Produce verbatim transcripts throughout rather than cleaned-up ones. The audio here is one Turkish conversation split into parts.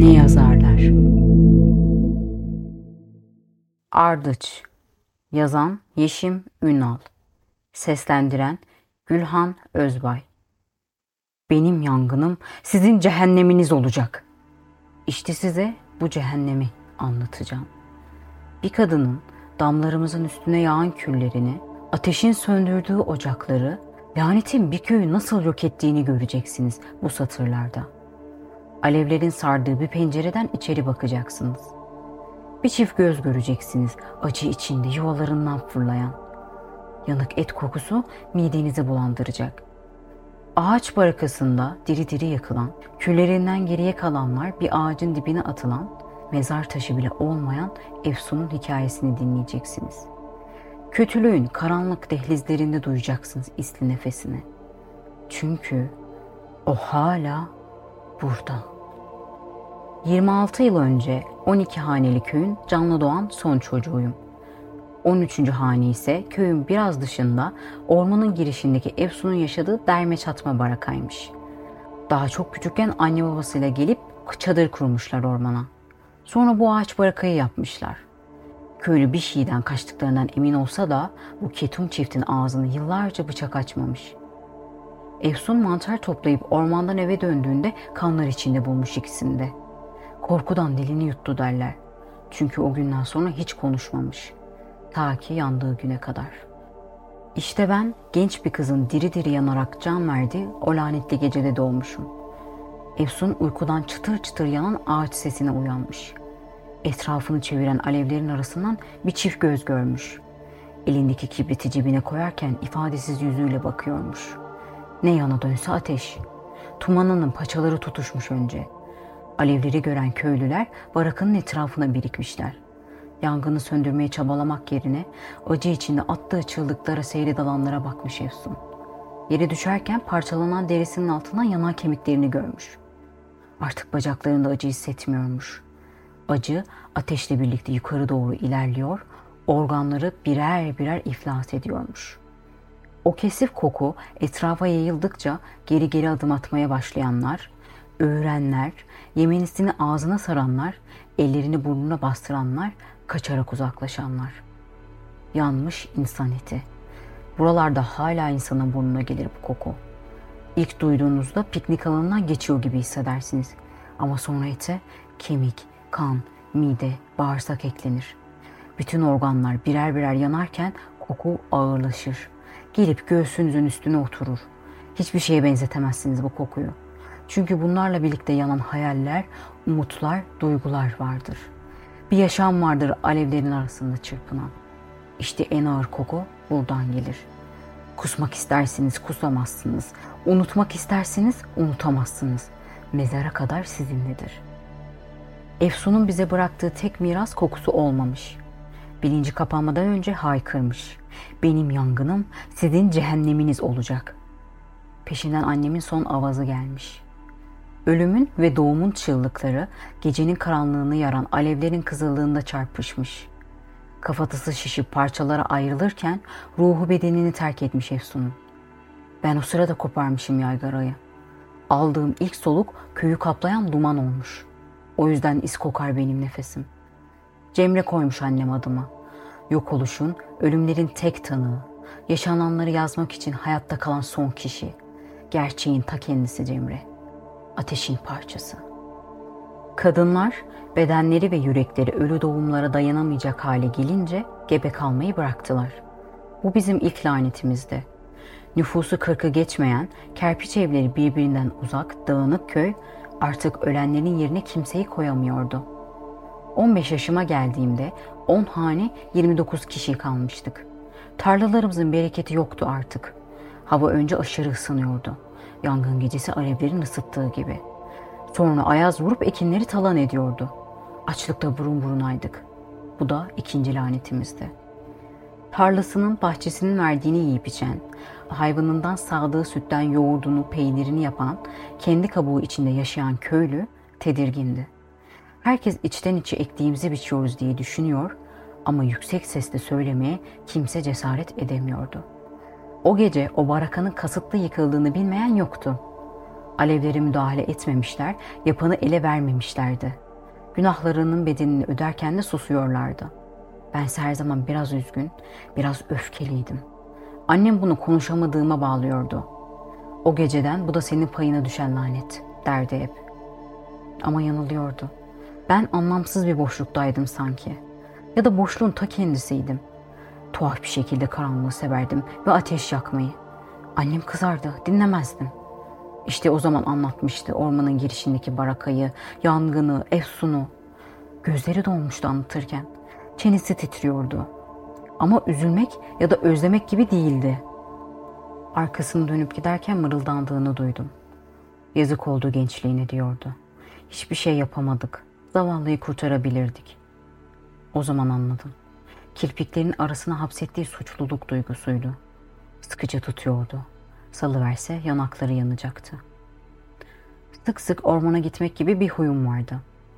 ne yazarlar? Ardıç. Yazan Yeşim Ünal. Seslendiren Gülhan Özbay. Benim yangınım sizin cehenneminiz olacak. İşte size bu cehennemi anlatacağım. Bir kadının damlarımızın üstüne yağan küllerini, ateşin söndürdüğü ocakları, lanetin bir köyü nasıl yok ettiğini göreceksiniz bu satırlarda. Alevlerin sardığı bir pencereden içeri bakacaksınız. Bir çift göz göreceksiniz, acı içinde yuvalarından fırlayan. Yanık et kokusu midenizi bulandıracak. Ağaç barakasında diri diri yakılan, küllerinden geriye kalanlar bir ağacın dibine atılan, mezar taşı bile olmayan Efsun'un hikayesini dinleyeceksiniz. Kötülüğün karanlık dehlizlerinde duyacaksınız isli nefesini. Çünkü o hala burada. yirmi altı yıl önce on iki haneli köyün canlı doğan son çocuğuyum. on üçüncü hane ise köyün biraz dışında ormanın girişindeki Efsun'un yaşadığı derme çatma barakaymış. Daha çok küçükken anne babasıyla gelip çadır kurmuşlar ormana. Sonra bu ağaç barakayı yapmışlar. Köylü bir şeyden kaçtıklarından emin olsa da bu ketum çiftin ağzını yıllarca bıçak açmamış. Efsun mantar toplayıp ormandan eve döndüğünde kanlar içinde bulmuş ikisini de. Korkudan dilini yuttu derler. Çünkü o günden sonra hiç konuşmamış. Ta ki yandığı güne kadar. İşte ben genç bir kızın diri diri yanarak can verdiği o lanetli gecede doğmuşum. Efsun uykudan çıtır çıtır yanan ağaç sesine uyanmış. Etrafını çeviren alevlerin arasından bir çift göz görmüş. Elindeki kibriti cebine koyarken ifadesiz yüzüyle bakıyormuş. Ne yana dönse ateş. Tumanının paçaları tutuşmuş önce. Alevleri gören köylüler barakanın etrafına birikmişler. Yangını söndürmeye çabalamak yerine acı içinde attığı çığlıklara seyre dalanlara bakmış Efsun. Yere düşerken parçalanan derisinin altından yanan kemiklerini görmüş. Artık bacaklarında acı hissetmiyormuş. Acı ateşle birlikte yukarı doğru ilerliyor, organları birer birer iflas ediyormuş. O kesif koku etrafa yayıldıkça geri geri adım atmaya başlayanlar, öğrenler, yemenisini ağzına saranlar, ellerini burnuna bastıranlar, kaçarak uzaklaşanlar. Yanmış insan eti. Buralarda hala insanın burnuna gelir bu koku. İlk duyduğunuzda piknik alanından geçiyor gibi hissedersiniz. Ama sonra ete kemik, kan, mide, bağırsak eklenir. Bütün organlar birer birer yanarken koku ağırlaşır. Gelip göğsünüzün üstüne oturur. Hiçbir şeye benzetemezsiniz bu kokuyu. Çünkü bunlarla birlikte yanan hayaller, umutlar, duygular vardır. Bir yaşam vardır alevlerin arasında çırpınan. İşte en ağır koku buradan gelir. Kusmak istersiniz, kusamazsınız. Unutmak istersiniz, unutamazsınız. Mezara kadar sizinledir. Efsun'un bize bıraktığı tek miras kokusu olmamış. Bilinci kapanmadan önce haykırmış. Benim yangınım sizin cehenneminiz olacak. Peşinden annemin son avazı gelmiş. Ölümün ve doğumun çığlıkları gecenin karanlığını yaran alevlerin kızıllığında çarpışmış. Kafatası şişip parçalara ayrılırken ruhu bedenini terk etmiş Efsun'un. Ben o sırada koparmışım yaygarayı. Aldığım ilk soluk köyü kaplayan duman olmuş. O yüzden iz kokar benim nefesim. Cemre koymuş annem adıma. Yok oluşun, ölümlerin tek tanığı. Yaşananları yazmak için hayatta kalan son kişi. Gerçeğin ta kendisi Cemre. Ateşin parçası. Kadınlar bedenleri ve yürekleri ölü doğumlara dayanamayacak hale gelince gebe kalmayı bıraktılar. Bu bizim ilk lanetimizdi. Nüfusu kırkı geçmeyen, kerpiç evleri birbirinden uzak, dağınık köy artık ölenlerin yerine kimseyi koyamıyordu. on beş yaşıma geldiğimde on hane yirmi dokuz kişi kalmıştık. Tarlalarımızın bereketi yoktu artık. Hava önce aşırı ısınıyordu. Yangın gecesi alevlerin ısıttığı gibi. Sonra ayaz vurup ekinleri talan ediyordu. Açlıkta burun burunaydık. Bu da ikinci lanetimizdi. Tarlasının, bahçesinin verdiğini yiyip içen, hayvanından sağdığı sütten yoğurdunu, peynirini yapan, kendi kabuğu içinde yaşayan köylü tedirgindi. Herkes içten içe ektiğimizi biçiyoruz diye düşünüyor ama yüksek sesle söylemeye kimse cesaret edemiyordu. O gece o barakanın kasıtlı yıkıldığını bilmeyen yoktu. Alevlere müdahale etmemişler, yapanı ele vermemişlerdi. Günahlarının bedelini öderken de susuyorlardı. Bense her zaman biraz üzgün, biraz öfkeliydim. Annem bunu konuşamadığıma bağlıyordu. O geceden bu da senin payına düşen lanet derdi hep. Ama yanılıyordu. Ben anlamsız bir boşluktaydım sanki. Ya da boşluğun ta kendisiydim. Tuhaf bir şekilde karanlığı severdim ve ateş yakmayı. Annem kızardı, dinlemezdim. İşte o zaman anlatmıştı ormanın girişindeki barakayı, yangını, efsunu. Gözleri dolmuştu anlatırken. Çenesi titriyordu. Ama üzülmek ya da özlemek gibi değildi. Arkasını dönüp giderken mırıldandığını duydum. Yazık oldu gençliğine diyordu. Hiçbir şey yapamadık. Zavallıyı kurtarabilirdik. O zaman anladım. Kirpiklerin arasına hapsettiği suçluluk duygusuydu. Sıkıca tutuyordu. Salıverse yanakları yanacaktı. Sık sık ormana gitmek gibi bir huyum vardı.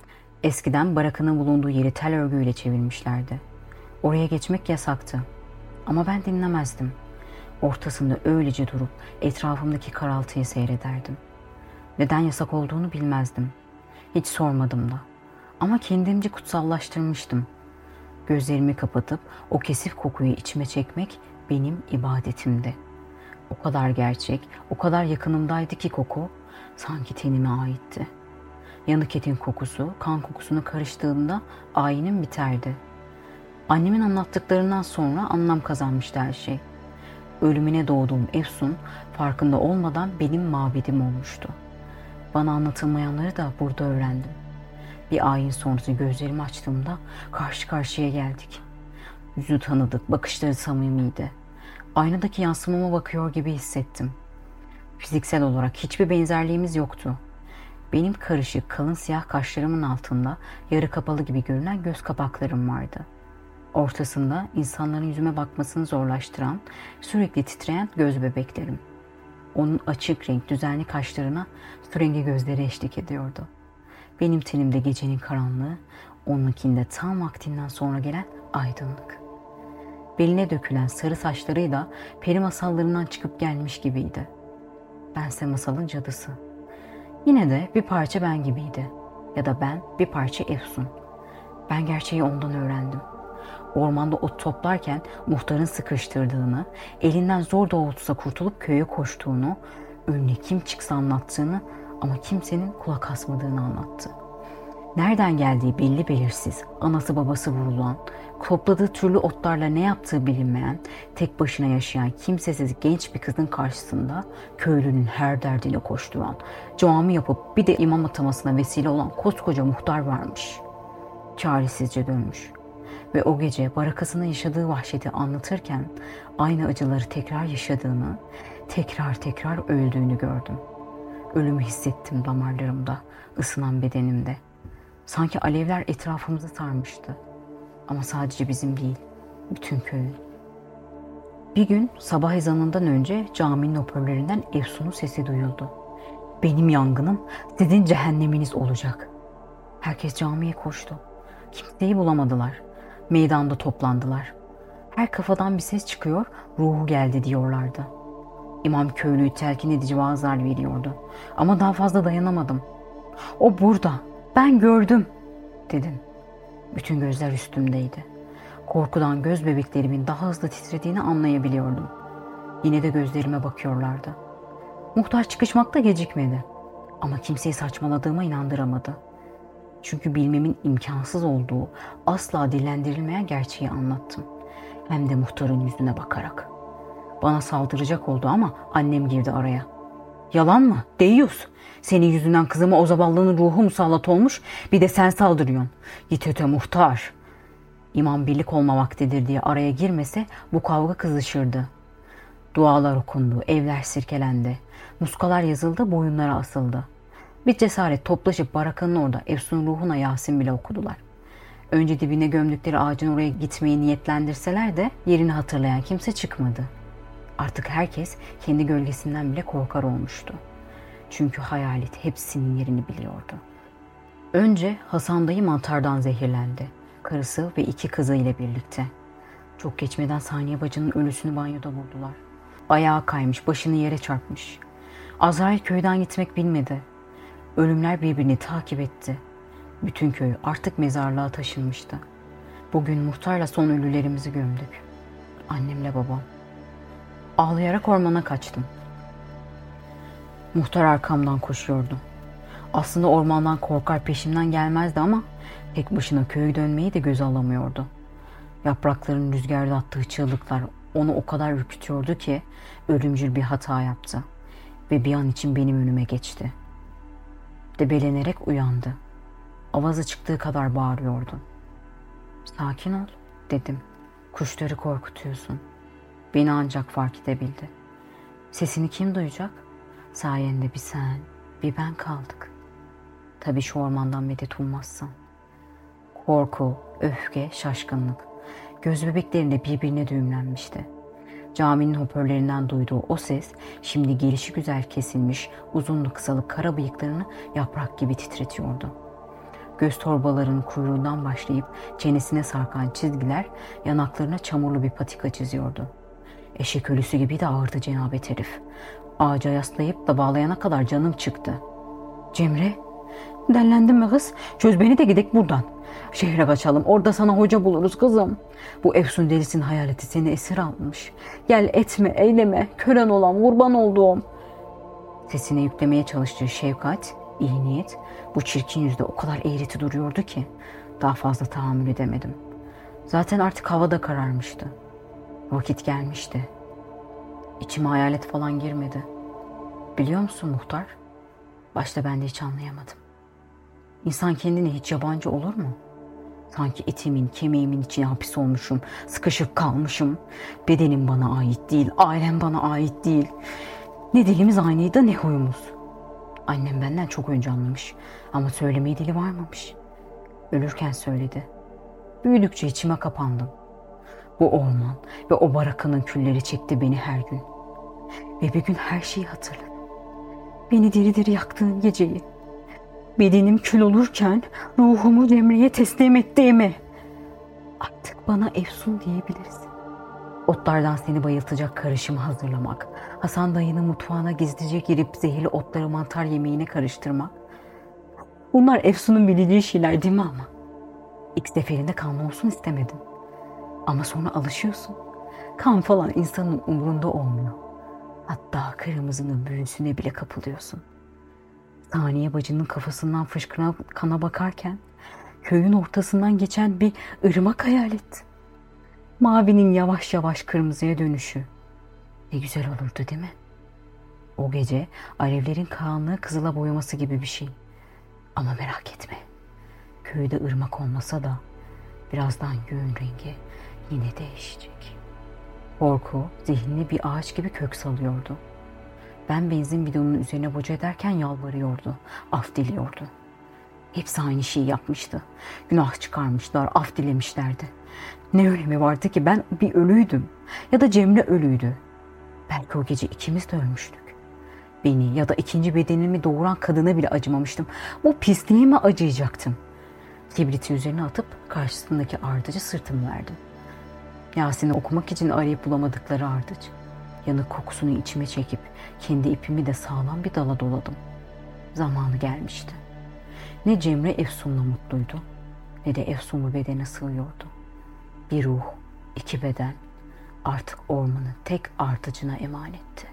Eskiden barakanın bulunduğu yeri tel örgüyle çevirmişlerdi. Oraya geçmek yasaktı. Ama ben dinlemezdim. Ortasında öylece durup etrafımdaki karaltıyı seyrederdim. Neden yasak olduğunu bilmezdim. Hiç sormadım da. Ama kendimce kutsallaştırmıştım. Gözlerimi kapatıp o kesif kokuyu içime çekmek benim ibadetimdi. O kadar gerçek, o kadar yakınımdaydı ki koku sanki tenime aitti. Yanık etin kokusu kan kokusuna karıştığında ayinim biterdi. Annemin anlattıklarından sonra anlam kazanmıştı her şey. Ölümüne doğduğum Efsun farkında olmadan benim mabedim olmuştu. Bana anlatılmayanları da burada öğrendim. Bir ayin sonrası gözlerimi açtığımda karşı karşıya geldik. Yüzü tanıdık, bakışları samimiydi. Aynadaki yansımama bakıyor gibi hissettim. Fiziksel olarak hiçbir benzerliğimiz yoktu. Benim karışık, kalın siyah kaşlarımın altında yarı kapalı gibi görünen göz kapaklarım vardı. Ortasında insanların yüzüme bakmasını zorlaştıran, sürekli titreyen göz bebeklerim. Onun açık renk, düzenli kaşlarına su rengi gözleri eşlik ediyordu. Benim tenimde gecenin karanlığı, onunkinde tam vaktinden sonra gelen aydınlık. Beline dökülen sarı saçlarıyla peri masallarından çıkıp gelmiş gibiydi. Bense masalın cadısı. Yine de bir parça ben gibiydi. Ya da ben bir parça Efsun. Ben gerçeği ondan öğrendim. Ormanda ot toplarken muhtarın sıkıştırdığını, elinden zor da olsa kurtulup köye koştuğunu, önüne kim çıksa anlattığını ama kimsenin kulak asmadığını anlattı. Nereden geldiği belli belirsiz, anası babası vurulan, topladığı türlü otlarla ne yaptığı bilinmeyen, tek başına yaşayan kimsesiz genç bir kızın karşısında köylünün her derdine koşturan, cami yapıp bir de imam atamasına vesile olan koskoca muhtar varmış. Çaresizce dönmüş ve o gece barakasında yaşadığı vahşeti anlatırken aynı acıları tekrar yaşadığını, tekrar tekrar öldüğünü gördüm. Ölümü hissettim damarlarımda, ısınan bedenimde. Sanki alevler etrafımızı sarmıştı. Ama sadece bizim değil, bütün köyün. Bir gün sabah ezanından önce caminin hoparlöründen Efsun'un sesi duyuldu. Benim yangınım sizin cehenneminiz olacak. Herkes camiye koştu. Kimseyi bulamadılar. Meydanda toplandılar. Her kafadan bir ses çıkıyor, ruhu geldi diyorlardı. İmam köylüyü telkin edici vaazlar veriyordu. Ama daha fazla dayanamadım. O burada, ben gördüm dedim. Bütün gözler üstümdeydi. Korkudan göz bebeklerimin daha hızlı titrediğini anlayabiliyordum. Yine de gözlerime bakıyorlardı. Muhtar çıkışmakta gecikmedi. Ama kimseyi saçmaladığıma inandıramadı. Çünkü bilmemin imkansız olduğu, asla dillendirilmeyen gerçeği anlattım. Hem de muhtarın yüzüne bakarak. Bana saldıracak oldu ama annem girdi araya. Yalan mı? Deyyus. Senin yüzünden kızıma o zavallının ruhu musallat olmuş, bir de sen saldırıyorsun. Git öte muhtar. İmam birlik olma vaktidir diye araya girmese bu kavga kızışırdı. Dualar okundu, evler sirkelendi. Muskalar yazıldı, boyunlara asıldı. Bir cesaret toplaşıp barakanın orada Efsun ruhuna Yasin bile okudular. Önce dibine gömdükleri ağacın oraya gitmeyi niyetlendirseler de yerini hatırlayan kimse çıkmadı. Artık herkes kendi gölgesinden bile korkar olmuştu. Çünkü hayalet hepsinin yerini biliyordu. Önce Hasan dayı mantardan zehirlendi. Karısı ve iki kızı ile birlikte. Çok geçmeden Saniye bacının ölüsünü banyoda buldular. Ayağı kaymış, başını yere çarpmış. Azrail köyden gitmek bilmedi. Ölümler birbirini takip etti. Bütün köy artık mezarlığa taşınmıştı. Bugün muhtarla son ölülerimizi gömdük. Annemle babam. Ağlayarak ormana kaçtım. Muhtar arkamdan koşuyordu. Aslında ormandan korkar peşimden gelmezdi ama tek başına köyü dönmeyi de göze alamıyordu. Yaprakların rüzgarda attığı çığlıklar onu o kadar ürkütüyordu ki ölümcül bir hata yaptı ve bir an için benim önüme geçti. Debelenerek uyandı. Avazı çıktığı kadar bağırıyordu. "Sakin ol," dedim. "Kuşları korkutuyorsun." Beni ancak fark edebildi. "Sesini kim duyacak? Sayende bir sen, bir ben kaldık. Tabii şu ormandan medet ummazsan." Korku, öfke, şaşkınlık. Göz bebeklerinde birbirine düğümlenmişti. Caminin hoparlörlerinden duyduğu o ses şimdi gelişigüzel kesilmiş, uzunlu kısalı kara bıyıklarını yaprak gibi titretiyordu. Göz torbalarının kuyruğundan başlayıp çenesine sarkan çizgiler yanaklarına çamurlu bir patika çiziyordu. Eşek ölüsü gibi de ağırdı cenabet herif. Ağaca yaslayıp da bağlayana kadar canım çıktı. "Cemre, dellendin mi kız? Çöz beni de gidek buradan. Şehre kaçalım, orada sana hoca buluruz kızım. Bu Efsun delisinin hayaleti seni esir almış. Gel etme, eyleme, kören olan kurban olduğum." Sesine yüklemeye çalıştığı şefkat, iyi niyet bu çirkin yüzde o kadar eğreti duruyordu ki daha fazla tahammül edemedim. Zaten artık hava da kararmıştı. Vakit gelmişti. İçime hayalet falan girmedi. Biliyor musun muhtar? Başta ben de hiç anlayamadım. İnsan kendine hiç yabancı olur mu? Sanki etimin, kemiğimin içine hapis olmuşum, sıkışıp kalmışım. Bedenim bana ait değil, ailem bana ait değil. Ne dilimiz aynıydı ne huyumuz. Annem benden çok önce anlamış ama söylemeye dili varmamış. Ölürken söyledi. Büyüdükçe içime kapandım. Bu orman ve o barakanın külleri çekti beni her gün. Ve bir gün her şeyi hatırladım. Beni diri diri yaktığın geceyi. Bedenim kül olurken ruhumu Cemre'ye teslim ettiğimi. Artık bana Efsun diyebilirsin. Otlardan seni bayıltacak karışımı hazırlamak, Hasan dayının mutfağına gizlice girip zehirli otları mantar yemeğine karıştırmak. Bunlar Efsun'un bildiği şeyler değil mi ama? İlk seferinde kanlı olsun istemedim. Ama sonra alışıyorsun. Kan falan insanın umurunda olmuyor. Hatta kırmızının büyüsüne bile kapılıyorsun. Saniye bacının kafasından fışkıran kana bakarken köyün ortasından geçen bir ırmak hayal ettim. Mavinin yavaş yavaş kırmızıya dönüşü. Ne güzel olurdu değil mi? O gece alevlerin karanlığı kızıla boyaması gibi bir şey. Ama merak etme. Köyde ırmak olmasa da birazdan göğün rengi yine değişecek. Korku zihnine bir ağaç gibi kök salıyordu. Ben benzin bidonunun üzerine boca ederken yalvarıyordu, af diliyordu. Hepsi aynı şeyi yapmıştı. Günah çıkarmışlar, af dilemişlerdi. Ne önemi vardı ki ben bir ölüydüm ya da Cemre ölüydü. Belki o gece ikimiz de ölmüştük. Beni ya da ikinci bedenimi doğuran kadına bile acımamıştım. Bu pisliğe mi acıyacaktım? Kibriti üzerine atıp karşısındaki ardıcı sırtımı verdim. Yasin'i okumak için arayıp bulamadıkları ardıç. Yanık kokusunu içime çekip kendi ipimi de sağlam bir dala doladım. Zamanı gelmişti. Ne Cemre Efsun'la mutluydu ne de Efsun bu bedene sığıyordu. Bir ruh, iki beden artık ormanın tek ardıcına emanetti.